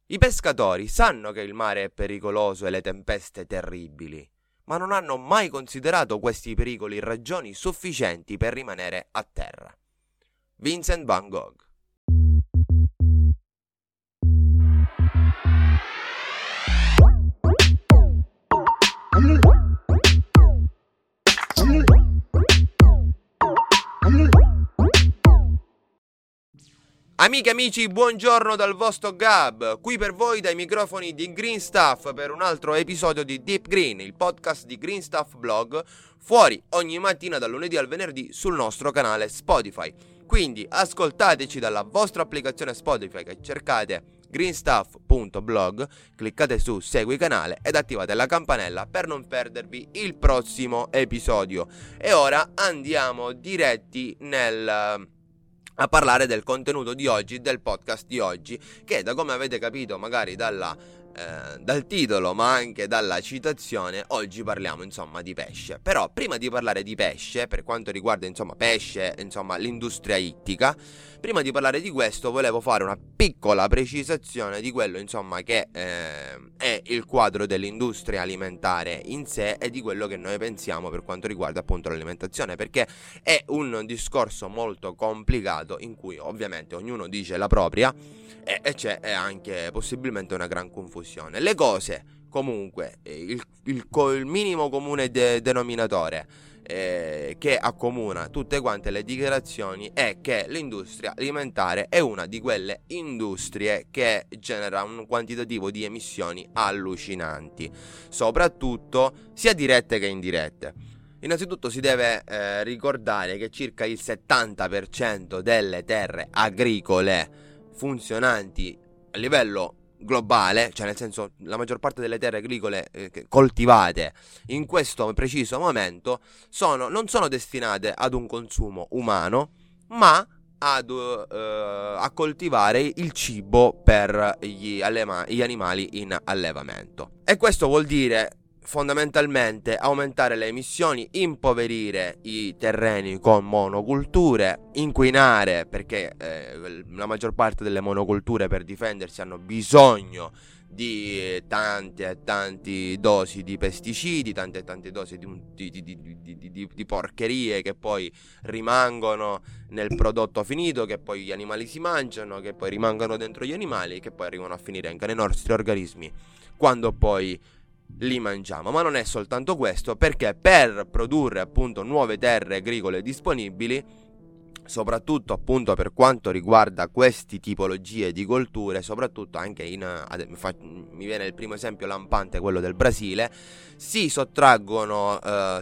I pescatori sanno che il mare è pericoloso e le tempeste terribili, ma non hanno mai considerato questi pericoli ragioni sufficienti per rimanere a terra. Vincent van Gogh. Amiche e amici, buongiorno dal vostro Gab, qui per voi dai microfoni di Green Stuff per un altro episodio di Deep Green, il podcast di Green Stuff Blog, fuori ogni mattina dal lunedì al venerdì sul nostro canale Spotify. Quindi ascoltateci dalla vostra applicazione Spotify, che cercate greenstuff.blog, cliccate su segui canale ed attivate la campanella per non perdervi il prossimo episodio. E ora andiamo diretti a parlare del contenuto di oggi, del podcast di oggi, che da come avete capito magari dal titolo ma anche dalla citazione, oggi parliamo insomma di pesce. Però prima di parlare di pesce, per quanto riguarda insomma pesce, insomma l'industria ittica, prima di parlare di questo volevo fare una piccola precisazione di quello insomma che è il quadro dell'industria alimentare in sé e di quello che noi pensiamo per quanto riguarda appunto l'alimentazione, perché è un discorso molto complicato in cui ovviamente ognuno dice la propria e c'è anche possibilmente una gran confusione. Le cose comunque, il minimo comune denominatore che accomuna tutte quante le dichiarazioni è che l'industria alimentare è una di quelle industrie che genera un quantitativo di emissioni allucinanti, soprattutto sia dirette che indirette. Innanzitutto si deve ricordare che circa il 70% delle terre agricole funzionanti a livello globale, cioè nel senso la maggior parte delle terre agricole coltivate in questo preciso momento non sono destinate ad un consumo umano, ma a coltivare il cibo per gli animali in allevamento. E questo vuol dire fondamentalmente aumentare le emissioni, impoverire i terreni con monoculture, inquinare, perché la maggior parte delle monoculture per difendersi hanno bisogno di tante dosi di pesticidi, tante dosi di porcherie che poi rimangono nel prodotto finito, che poi gli animali si mangiano, che poi rimangono dentro gli animali, che poi arrivano a finire anche nei nostri organismi quando poi li mangiamo. Ma non è soltanto questo, perché per produrre appunto nuove terre agricole disponibili, soprattutto appunto per quanto riguarda queste tipologie di colture, soprattutto anche mi viene il primo esempio lampante, quello del Brasile, si sottrae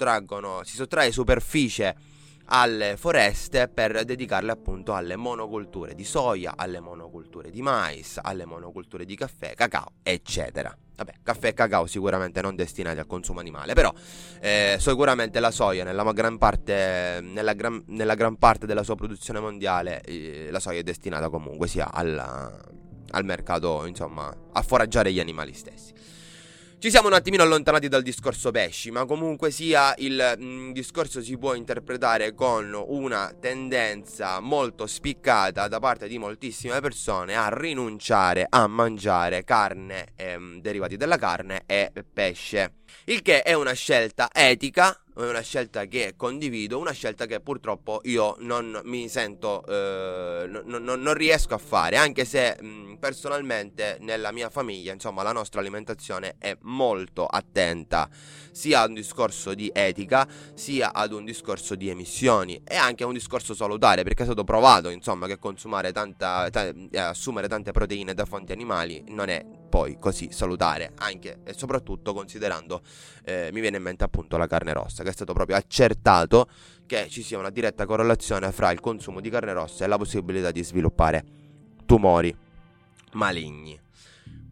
superficie alle foreste per dedicarle appunto alle monoculture di soia, alle monoculture di mais, alle monoculture di caffè, cacao, eccetera. Vabbè, caffè e cacao sicuramente non destinati al consumo animale, però sicuramente la soia nella gran parte della sua produzione mondiale, la soia è destinata comunque sia al mercato, insomma, a foraggiare gli animali stessi. Ci siamo un attimino allontanati dal discorso pesci, ma comunque sia il discorso si può interpretare con una tendenza molto spiccata da parte di moltissime persone a rinunciare a mangiare carne, derivati dalla carne e pesce. Il che è una scelta etica, è una scelta che condivido, una scelta che purtroppo io non mi sento, non riesco a fare, anche se personalmente nella mia famiglia, insomma, la nostra alimentazione è molto attenta sia ad un discorso di etica, sia ad un discorso di emissioni e anche a un discorso salutare, perché è stato provato, insomma, che consumare assumere tante proteine da fonti animali non è poi così salutare, anche e soprattutto considerando mi viene in mente appunto la carne rossa, che è stato proprio accertato che ci sia una diretta correlazione fra il consumo di carne rossa e la possibilità di sviluppare tumori maligni.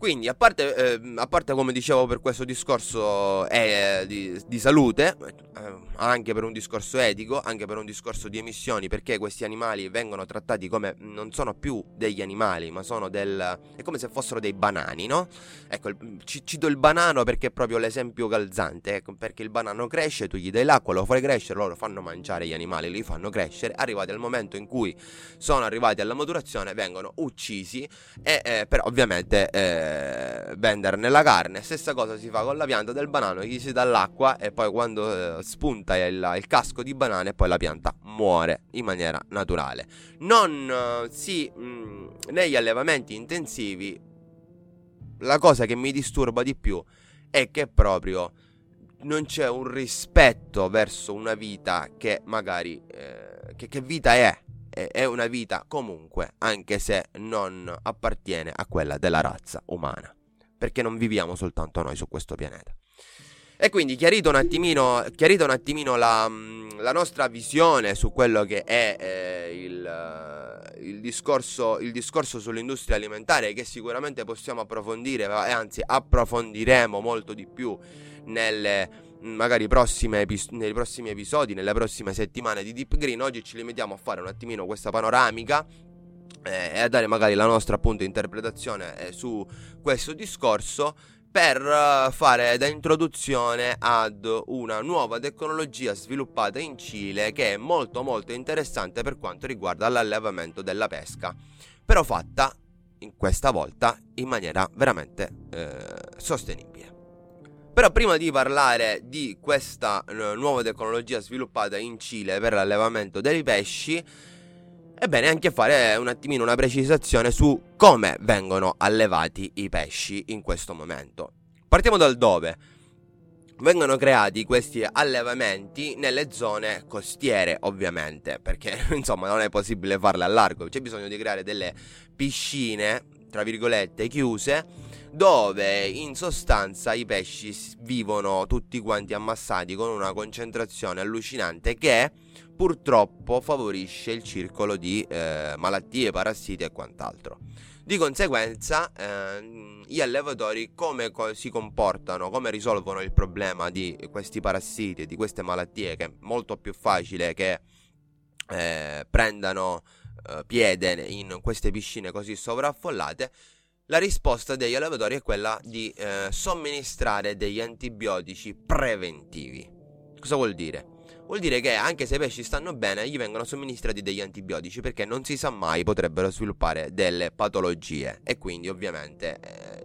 Quindi, a parte come dicevo, per questo discorso di salute, anche per un discorso etico, anche per un discorso di emissioni, perché questi animali vengono trattati come non sono più degli animali, ma sono è come se fossero dei banani, no? Ecco, cito il banano perché è proprio l'esempio calzante, ecco, perché il banano cresce, tu gli dai l'acqua, lo fai crescere, loro fanno mangiare gli animali, li fanno crescere, arrivati al momento in cui sono arrivati alla maturazione, vengono uccisi e però ovviamente venderne la carne. Stessa cosa si fa con la pianta del banano, gli si dà l'acqua e poi quando spunta il casco di banane, poi la pianta muore in maniera naturale. Negli allevamenti intensivi la cosa che mi disturba di più è che proprio non c'è un rispetto verso una vita che magari che vita è una vita comunque, anche se non appartiene a quella della razza umana, perché non viviamo soltanto noi su questo pianeta. E quindi chiarito un attimino la nostra visione su quello che è il discorso sull'industria alimentare, che sicuramente possiamo approfondire, e anzi approfondiremo molto di più nei prossimi episodi, nelle prossime settimane di Deep Green. Oggi ci limitiamo a fare un attimino questa panoramica e a dare magari la nostra appunto interpretazione su questo discorso, per fare da introduzione ad una nuova tecnologia sviluppata in Cile, che è molto molto interessante per quanto riguarda l'allevamento della pesca, però fatta questa volta in maniera veramente sostenibile. Però prima di parlare di questa nuova tecnologia sviluppata in Cile per l'allevamento dei pesci, è bene anche fare un attimino una precisazione su come vengono allevati i pesci in questo momento. Partiamo dal dove. Vengono creati questi allevamenti nelle zone costiere, ovviamente, perché insomma non è possibile farle a largo. C'è bisogno di creare delle piscine, tra virgolette, chiuse, dove in sostanza i pesci vivono tutti quanti ammassati con una concentrazione allucinante che purtroppo favorisce il circolo di malattie, parassiti e quant'altro. Di conseguenza gli allevatori come si comportano, come risolvono il problema di questi parassiti e di queste malattie, che è molto più facile che prendano piede in queste piscine così sovraffollate. La risposta degli allevatori è quella di somministrare degli antibiotici preventivi. Cosa vuol dire? Vuol dire che anche se i pesci stanno bene, gli vengono somministrati degli antibiotici, perché non si sa mai, potrebbero sviluppare delle patologie, e quindi ovviamente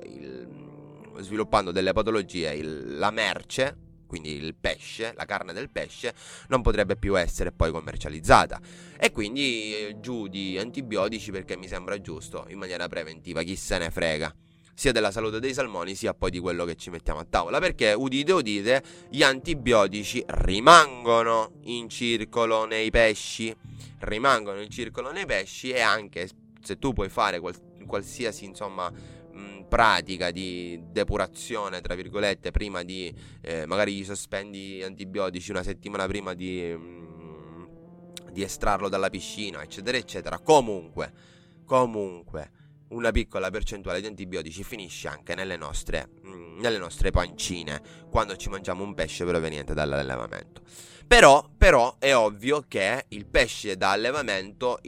sviluppando delle patologie la merce, quindi il pesce, la carne del pesce, non potrebbe più essere poi commercializzata, e quindi giù di antibiotici, perché mi sembra giusto, in maniera preventiva, chi se ne frega sia della salute dei salmoni sia poi di quello che ci mettiamo a tavola, perché udite udite, gli antibiotici rimangono in circolo nei pesci, e anche se tu puoi fare qualsiasi insomma pratica di depurazione, tra virgolette, prima di magari gli sospendi antibiotici una settimana prima di estrarlo dalla piscina, eccetera eccetera, comunque una piccola percentuale di antibiotici finisce anche nelle nostre pancine quando ci mangiamo un pesce proveniente dall'allevamento. Però è ovvio che il pesce da allevamento,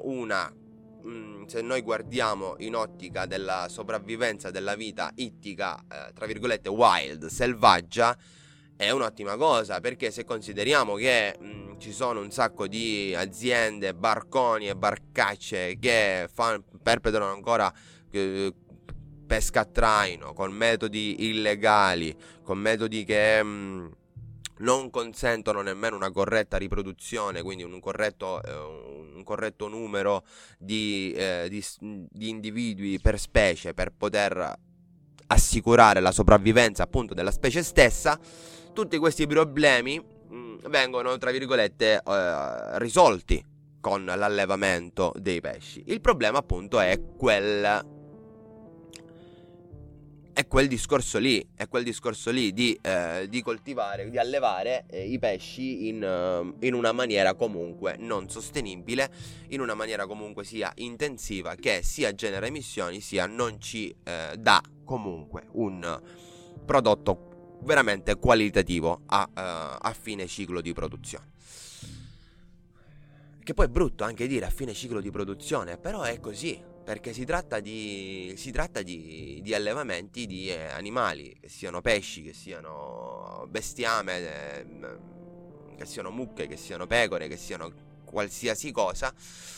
se noi guardiamo in ottica della sopravvivenza della vita ittica, tra virgolette wild, selvaggia, è un'ottima cosa, perché se consideriamo che ci sono un sacco di aziende, barconi e barcacce che perpetrano ancora pesca a traino con metodi illegali, con metodi che non consentono nemmeno una corretta riproduzione, quindi un corretto numero di individui per specie, per poter assicurare la sopravvivenza appunto della specie stessa. Tutti questi problemi vengono, tra virgolette, risolti con l'allevamento dei pesci. Il problema appunto è è quel discorso lì di coltivare, di allevare i pesci in una maniera comunque non sostenibile, in una maniera comunque sia intensiva, che sia genera emissioni, sia non ci dà comunque un prodotto veramente qualitativo a fine ciclo di produzione. Che poi è brutto anche dire a fine ciclo di produzione, però è così. Perché si tratta di allevamenti di animali, che siano pesci, che siano bestiame, che siano mucche, che siano pecore, che siano qualsiasi cosa,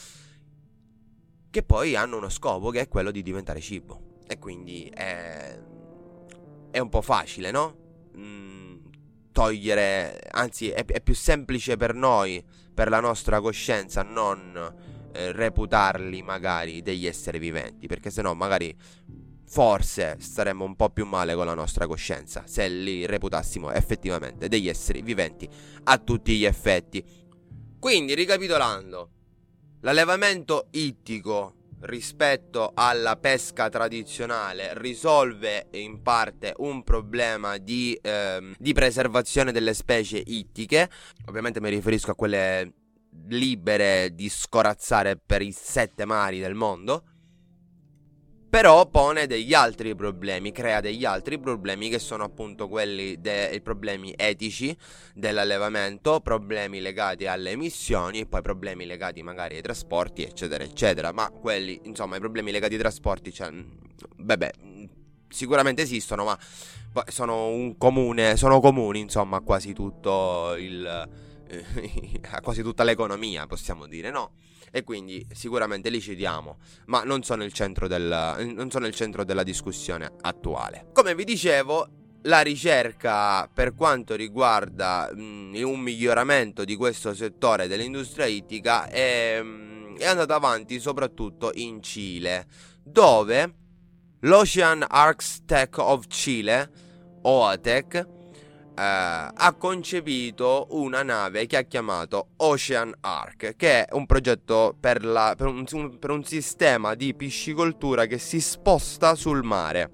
che poi hanno uno scopo, che è quello di diventare cibo. E quindi è un po' facile, no? Togliere, anzi è più semplice per noi, per la nostra coscienza, non reputarli magari degli esseri viventi, perché sennò magari forse staremmo un po' più male con la nostra coscienza se li reputassimo effettivamente degli esseri viventi a tutti gli effetti. Quindi, ricapitolando, l'allevamento ittico rispetto alla pesca tradizionale risolve in parte un problema di preservazione delle specie ittiche. Ovviamente mi riferisco a quelle libere di scorazzare per i 7 mari del mondo, però pone degli altri problemi, crea degli altri problemi, che sono appunto quelli dei problemi etici dell'allevamento, problemi legati alle emissioni e poi problemi legati magari ai trasporti, eccetera eccetera. Ma quelli, insomma, i problemi legati ai trasporti, cioè, sicuramente esistono, ma sono comuni, insomma, a quasi tutto a quasi tutta l'economia, possiamo dire, no? E quindi sicuramente li citiamo, ma non sono il centro della discussione attuale. Come vi dicevo, la ricerca per quanto riguarda un miglioramento di questo settore dell'industria ittica è andata avanti soprattutto in Cile, dove l'Ocean Arcs Tech of Chile, OATEC, ha concepito una nave che ha chiamato Ocean Ark, che è un progetto per un sistema di piscicoltura che si sposta sul mare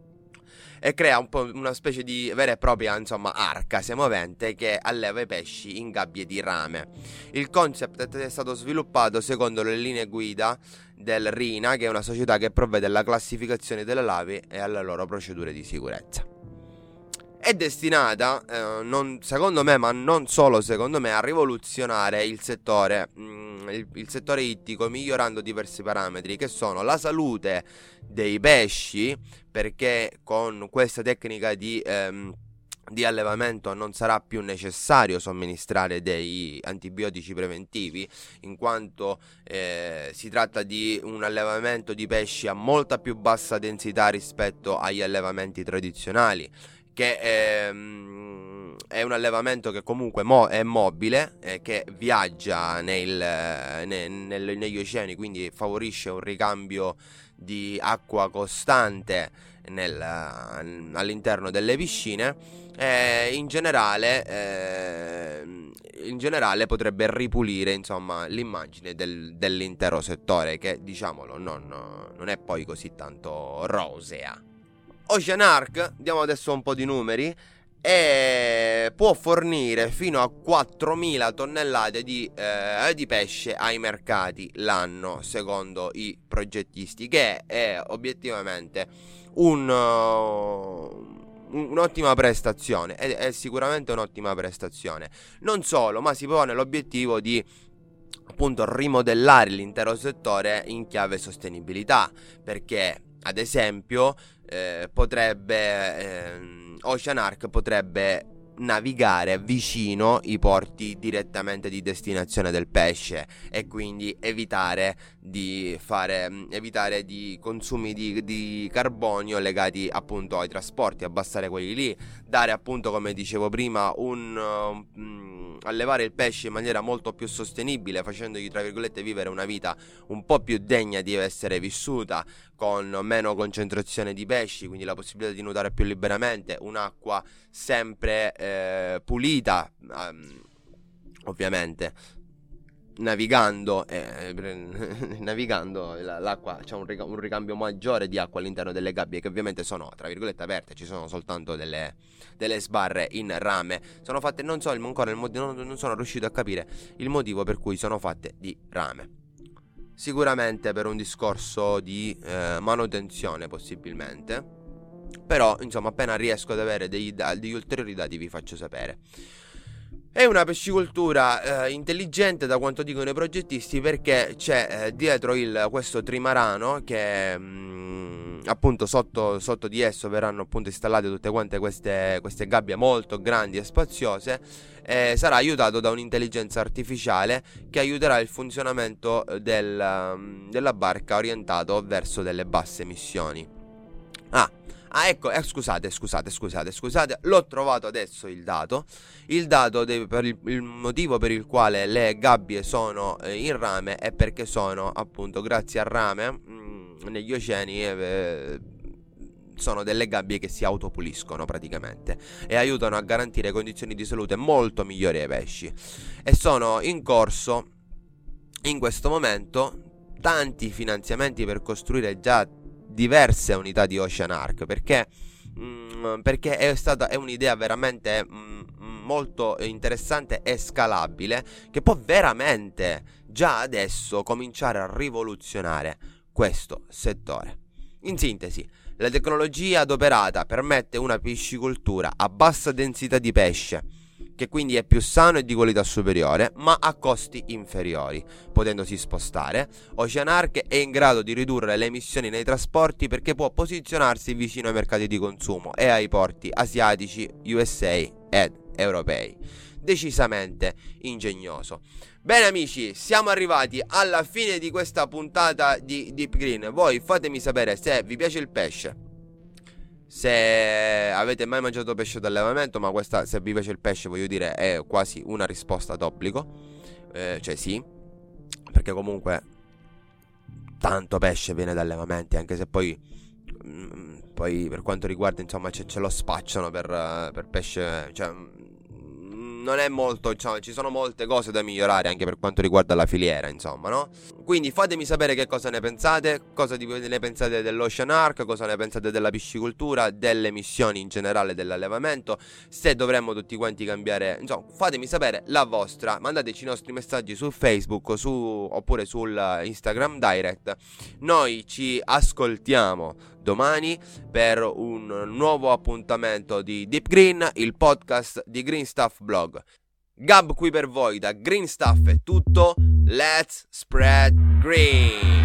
e crea un po' una specie di vera e propria, insomma, arca semovente che alleva i pesci in gabbie di rame. Il concept è stato sviluppato secondo le linee guida del RINA, che è una società che provvede alla classificazione delle navi e alle loro procedure di sicurezza. È destinata, secondo me, ma non solo secondo me, a rivoluzionare il settore ittico, migliorando diversi parametri, che sono la salute dei pesci, perché con questa tecnica di allevamento non sarà più necessario somministrare dei antibiotici preventivi, in quanto si tratta di un allevamento di pesci a molta più bassa densità rispetto agli allevamenti tradizionali, che è un allevamento che comunque è mobile, che viaggia negli oceani, quindi favorisce un ricambio di acqua costante all'interno delle piscine. In generale potrebbe ripulire, insomma, l'immagine dell'intero settore, che, diciamolo, non è poi così tanto rosea. Ocean Ark, diamo adesso un po' di numeri, può fornire fino a 4.000 tonnellate di pesce ai mercati l'anno, secondo i progettisti, che è obiettivamente un'ottima prestazione. È sicuramente un'ottima prestazione. Non solo, ma si pone l'obiettivo di, appunto, rimodellare l'intero settore in chiave sostenibilità, perché ad esempio Ocean Ark potrebbe navigare vicino i porti direttamente di destinazione del pesce, e quindi evitare di consumi di carbonio legati appunto ai trasporti, abbassare quelli lì, dare, appunto, come dicevo prima, allevare il pesce in maniera molto più sostenibile, facendogli, tra virgolette, vivere una vita un po' più degna di essere vissuta, con meno concentrazione di pesci, quindi la possibilità di nuotare più liberamente, un'acqua sempre pulita, ovviamente navigando l'acqua, c'è un ricambio maggiore di acqua all'interno delle gabbie, che ovviamente sono tra virgolette aperte, ci sono soltanto delle sbarre in rame. Sono fatte, non so ancora non sono riuscito a capire il motivo per cui sono fatte di rame. Sicuramente per un discorso di manutenzione possibilmente, però insomma appena riesco ad avere degli ulteriori dati vi faccio sapere. È una pescicoltura intelligente, da quanto dicono i progettisti, perché c'è dietro questo trimarano che appunto sotto di esso verranno appunto installate tutte quante queste gabbie molto grandi e spaziose. Sarà aiutato da un'intelligenza artificiale che aiuterà il funzionamento della barca orientato verso delle basse emissioni. Ecco, scusate, l'ho trovato adesso il dato per il motivo per il quale le gabbie sono in rame è perché sono appunto grazie al rame negli oceani sono delle gabbie che si autopuliscono praticamente e aiutano a garantire condizioni di salute molto migliori ai pesci, e sono in corso in questo momento tanti finanziamenti per costruire già diverse unità di Ocean Ark, perché è un'idea veramente molto interessante e scalabile, che può veramente già adesso cominciare a rivoluzionare questo settore. In sintesi, la tecnologia adoperata permette una piscicoltura a bassa densità di pesce, che quindi è più sano e di qualità superiore, ma a costi inferiori. Potendosi spostare, Ocean Ark è in grado di ridurre le emissioni nei trasporti, perché può posizionarsi vicino ai mercati di consumo e ai porti asiatici, USA ed europei. Decisamente ingegnoso. Bene amici, siamo arrivati alla fine di questa puntata di Deep Green. Voi fatemi sapere se vi piace il pesce, se avete mai mangiato pesce d'allevamento, ma questa, se vi piace il pesce, voglio dire, è quasi una risposta d'obbligo. Cioè sì, perché comunque tanto pesce viene da allevamenti, anche se poi per quanto riguarda, insomma, ce lo spacciano per pesce, cioè non è molto, diciamo, ci sono molte cose da migliorare anche per quanto riguarda la filiera, insomma, no? Quindi fatemi sapere che cosa ne pensate, ne pensate dell'Ocean Ark, cosa ne pensate della piscicoltura, delle missioni in generale dell'allevamento, se dovremmo tutti quanti cambiare, insomma, fatemi sapere la vostra, mandateci i nostri messaggi su Facebook oppure sul Instagram Direct. Noi ci ascoltiamo domani per un nuovo appuntamento di Deep Green, il podcast di Green Stuff Blog. Gab qui per voi, da Green Stuff è tutto. Let's spread green!